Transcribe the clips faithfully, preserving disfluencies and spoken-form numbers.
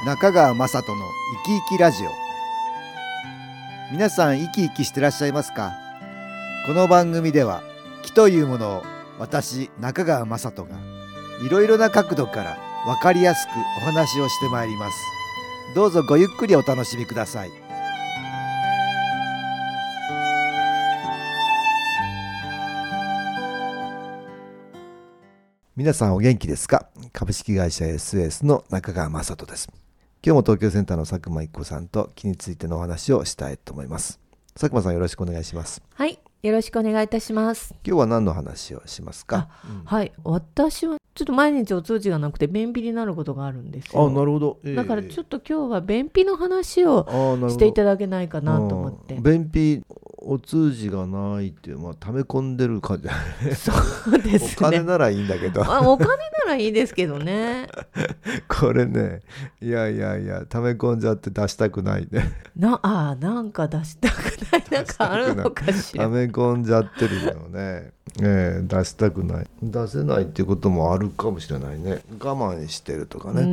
中川雅人の生き生きラジオ。皆さん生き生きしてらっしゃいますか？この番組では気というものを私中川雅人がいろいろな角度から分かりやすくお話をしてまいります。どうぞごゆっくりお楽しみください。皆さんお元気ですか？株式会社 エスエス の中川雅人です。今日も東京センターの佐久間一子さんと気についてのお話をしたいと思います。佐久間さん、よろしくお願いします。 はい、よろしくお願いいたします。 今日は何の話をしますか？ うん、はい、私はちょっと毎日お通じがなくて便秘になることがあるんですよ。 あ、なるほど、えー、 だからちょっと今日は便秘の話をしていただけないかなと思って。 便秘、お通じがないっていう、まあ、溜め込んでる感じそうですね。 お金ならいいんだけどあ、お金ならいいですけどねこれね、いやいやいや、溜め込んじゃって出したくないねなあ、なんか出したくないなんかあるのかしら。 溜め込んじゃってるよね、えー、出したくない、出せないっていうこともあるかもしれないね。我慢してるとかね、うん、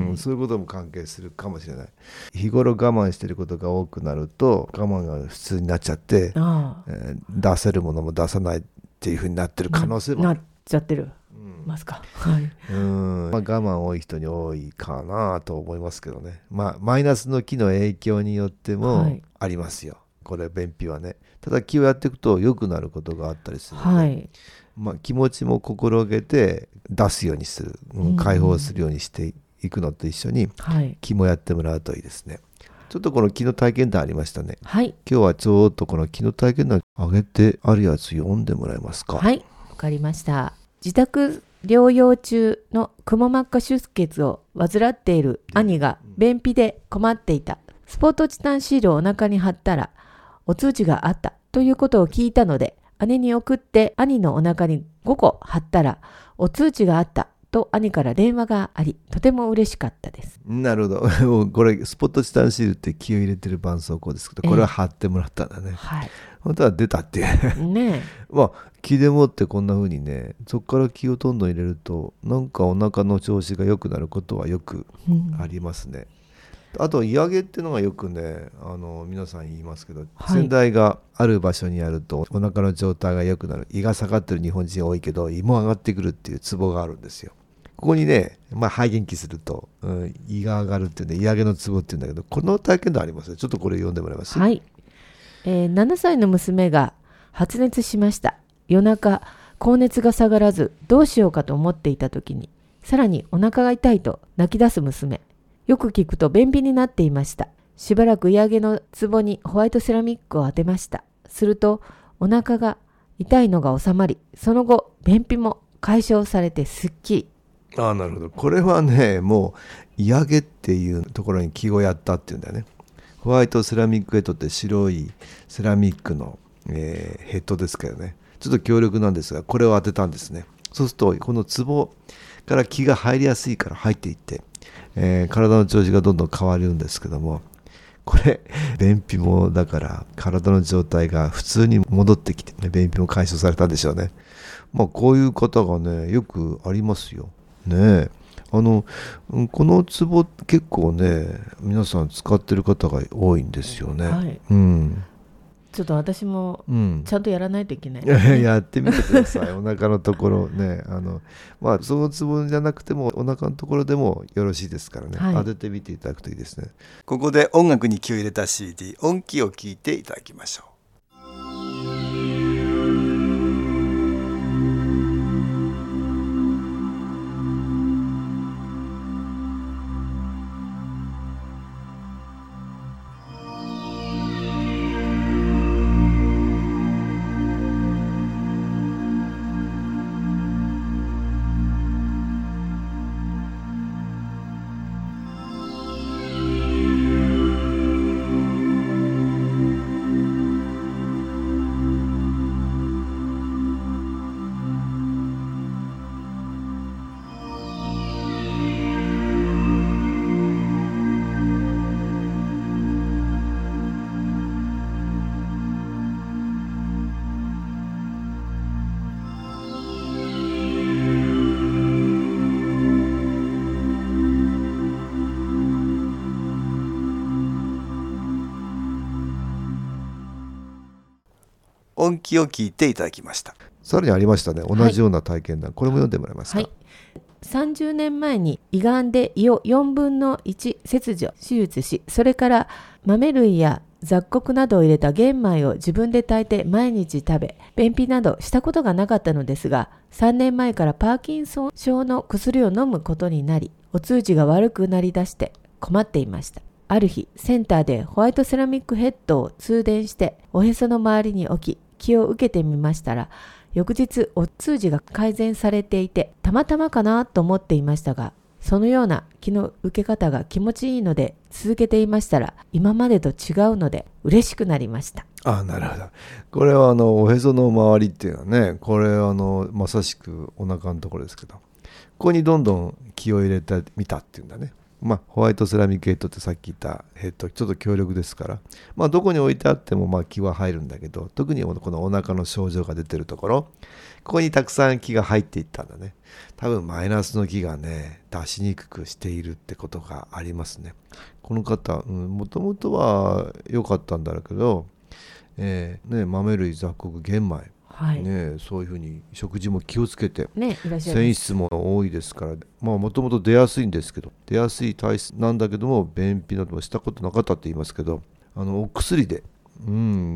うん、そういうことも関係するかもしれない。日頃我慢してることが多くなると我慢が普通になっちゃって、ああ、えー、出せるものも出さないっていう風になってる可能性もある。 なっちゃってる、うん、ますか。はい、 うん、まあ、我慢多い人に多いかなと思いますけどね。まあマイナスの気の影響によってもありますよ、はい、これ便秘はね。ただ気をやっていくと良くなることがあったりするので、はい、まあ、気持ちも心がけて出すようにする、うん、解放するようにしていくのと一緒に気もやってもらうといいですね。ちょっとこの気の体験談ありましたね、はい、今日はちょっとこの気の体験談上げてあるやつ読んでもらえますか？ はい、わかりました。自宅療養中のくも膜下出血を患っている兄が便秘で困っていた。スポートチタンシールをお腹に貼ったらお通じがあったということを聞いたので、姉に送って兄のお腹にごこ貼ったらお通じがあったと兄から電話があり、とても嬉しかったです。 なるほどこれスポットチタンシールって気を入れてる絆創膏ですけど、これは貼ってもらったんだね、えー、はい、本当は出たっていうねまあ気でもってこんな風にね、そこから気をどんどん入れるとなんかお腹の調子が良くなることはよくありますね、うん、あと胃上げっていうのがよくね、あの皆さん言いますけど、はい、先代がある場所にあるとお腹の状態が良くなる。胃が下がってる日本人多いけど胃も上がってくるっていうツボがあるんですよ。ここにね、まあ、肺元気すると、うん、胃が上がるっていうね、胃上げのツボっていうんだけど、この体験談ありますね。ちょっとこれ読んでもらいます。 はい、えー、ななさいの娘が発熱しました。夜中高熱が下がらずどうしようかと思っていた時に、さらにお腹が痛いと泣き出す娘。よく聞くと便秘になっていました。しばらく胃上げのツボにホワイトセラミックを当てました。するとお腹が痛いのが収まり、その後便秘も解消されてすっきり。 ああ、なるほど。これはね、もう胃上げっていうところに気をやったっていうんだよね。ホワイトセラミックヘッドって白いセラミックの、えー、ヘッドですけどね、ちょっと強力なんですが、これを当てたんですね。そうするとこのツボから気が入りやすいから入っていって、えー、体の調子がどんどん変わるんですけども、これ便秘もだから体の状態が普通に戻ってきて、ね、便秘も解消されたんでしょうね。まあこういう方がねよくありますよね。あのこのツボ結構ね皆さん使ってる方が多いんですよね、はい、うん、 ちょっと私もちゃんとやらないといけない、ね、 うん、やってみてくださいお腹のところね、あの、まあ、そのツボじゃなくてもお腹のところでもよろしいですからね、はい、当ててみていただくといいですね。ここで音楽に気を入れた シーディー 音気を聞いていただきましょう。 音気を聞いていただきました。さらにありましたね、同じような体験談、はい、これも読んでもらえますか。 はい、さんじゅうねんまえに胃がんで胃をよんぶんのいち切除手術し、それから豆類や雑穀などを入れた玄米を自分で炊いて毎日食べ、便秘などしたことがなかったのですが、さんねんまえからパーキンソン症の薬を飲むことになり、お通じが悪くなりだして困っていました。ある日、センターでホワイトセラミックヘッドを通電しておへその周りに置き、気を受けてみましたら、翌日お通じが改善されていて、たまたまかなと思っていましたが、そのような気の受け方が気持ちいいので続けていましたら、今までと違うので嬉しくなりました。 あ、なるほど。これはあのおへその周りっていうのはね、これあのまさしくお腹のところですけど、ここにどんどん気を入れてみたっていうんだね。まあ、ホワイトセラミックヘッドってさっき言ったヘッドちょっと強力ですから、まあ、どこに置いてあってもまあ気は入るんだけど、特にこのお腹の症状が出てるところ、ここにたくさん気が入っていったんだね。多分マイナスの気がね出しにくくしているってことがありますね。この方もともとは良かったんだろうけど、えーね、豆類雑穀玄米、はいね、そういうふうに食事も気をつけて、ね、繊維質も多いですから、もともと出やすいんですけど、出やすい体質なんだけども、便秘などもしたことなかったって言いますけど、あのお薬で、うん、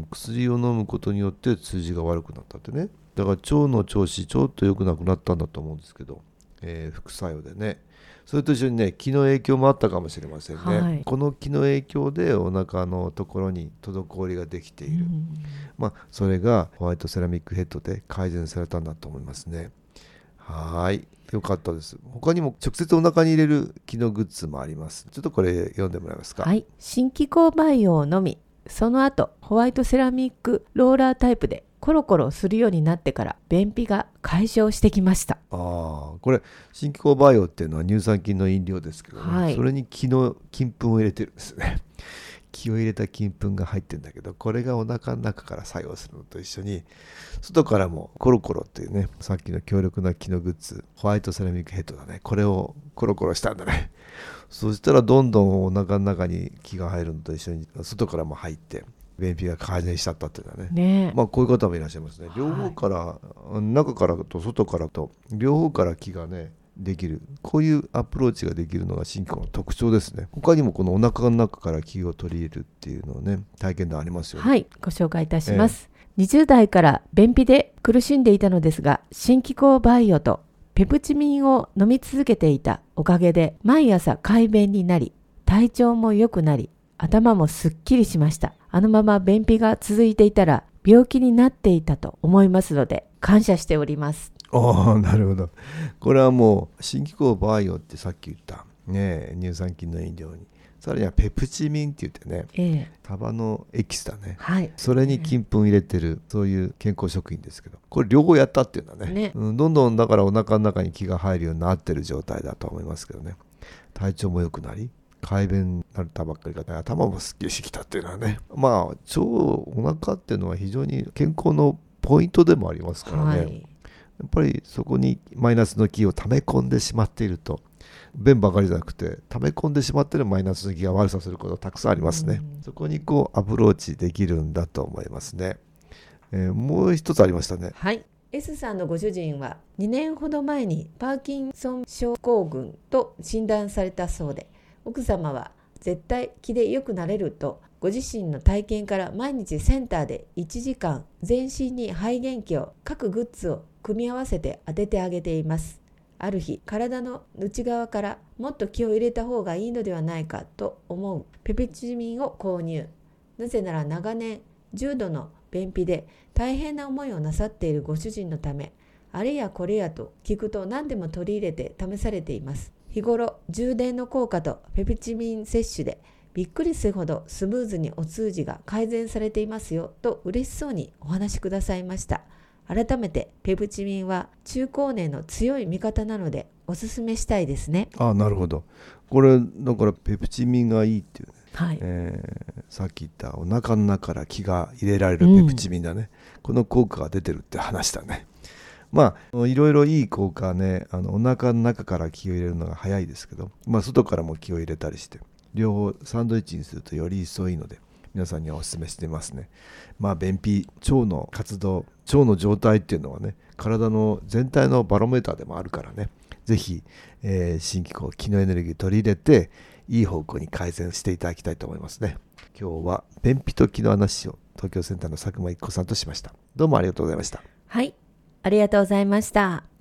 薬を飲むことによって通じが悪くなったってね。だから腸の調子ちょっと良くなくなったんだと思うんですけど、えー、副作用でね、それと一緒にね気の影響もあったかもしれませんね、はい、この気の影響でお腹のところに滞りができている、うん、まあそれがホワイトセラミックヘッドで改善されたんだと思いますね。はい、よかったです。他にも直接お腹に入れる気のグッズもあります。ちょっとこれ読んでもらえますか。 はい、新気候培養のみ、その後ホワイトセラミックローラータイプでコロコロするようになってから便秘が解消してきました。 ああ、これ新気候バイオっていうのは乳酸菌の飲料ですけど、ね、はい、それに気の金粉を入れてるんですね。気を入れた金粉が入ってるんだけど、これがお腹の中から作用するのと一緒に外からもコロコロっていうね、さっきの強力な気のグッズホワイトセラミックヘッドだね、これをコロコロしたんだね。そしたらどんどんお腹の中に気が入るのと一緒に外からも入って便秘が改善しちゃったっていうのは ね, ねまあこういう方もいらっしゃいますね。両方から、はい、中からと外からと両方から気がねできる、こういうアプローチができるのが新気候の特徴ですね。他にもこのお腹の中から気を取り入れるっていうのをね体験談ありますよね。 はい、ご紹介いたします、えー、にじゅう代から便秘で苦しんでいたのですが、新気候バイオとペプチミンを飲み続けていたおかげで毎朝快便になり、体調も良くなり、頭もすっきりしました。あのまま便秘が続いていたら病気になっていたと思いますので感謝しております。 ああ、なるほど。これはもう新気候バイオってさっき言ったね乳酸菌の飲料に、さらにはペプチミンって言ってね、ええ、タバのエキスだね、はい、それに金粉入れてる、そういう健康食品ですけど、これ両方やったっていうんだ ね, ね、うん、どんどんだからお腹の中に気が入るようになってる状態だと思いますけどね。体調も良くなり快便になったばっかりかね、頭もすっきりしてきたっていうのはね、まあ腸お腹っていうのは非常に健康のポイントでもありますからね、はい、やっぱりそこにマイナスの気を溜め込んでしまっていると、便ばかりじゃなくて溜め込んでしまっているマイナスの気が悪さすることたくさんありますね。そこにこうアプローチできるんだと思いますね、えー、もう一つありましたね。 はい、S さんのご主人はにねんほど前にパーキンソン症候群と診断されたそうで、奥様は絶対気で良くなれるとご自身の体験から毎日センターでいちじかん全身に肺元気を各グッズを組み合わせて当ててあげています。ある日、体の内側からもっと気を入れた方がいいのではないかと思うペプチミンを購入。なぜなら長年重度の便秘で大変な思いをなさっているご主人のため、あれやこれやと聞くと何でも取り入れて試されています。日頃充電の効果とペプチミン摂取でびっくりするほどスムーズにお通じが改善されていますよと嬉しそうにお話しくださいました。改めてペプチミンは中高年の強い味方なのでおすすめしたいですね。 ああ、なるほど。これだからペプチミンがいいっていうね、はい、えー、さっき言ったお腹の中から気が入れられるペプチミンだね、うん、この効果が出てるって話だね。まあいろいろいい効果はね、あのお腹の中から気を入れるのが早いですけど、まあ外からも気を入れたりして両方サンドイッチにするとより一層いいので、 皆さんにはお勧めしていますね。まあ便秘、腸の活動、腸の状態っていうのはね、体の全体のバロメーターでもあるからね、ぜひ、えー、新機構気のエネルギー取り入れていい方向に改善していただきたいと思いますね。今日は便秘と気の話を東京センターの佐久間一子さんとしました。どうもありがとうございました。 はい、ありがとうございました。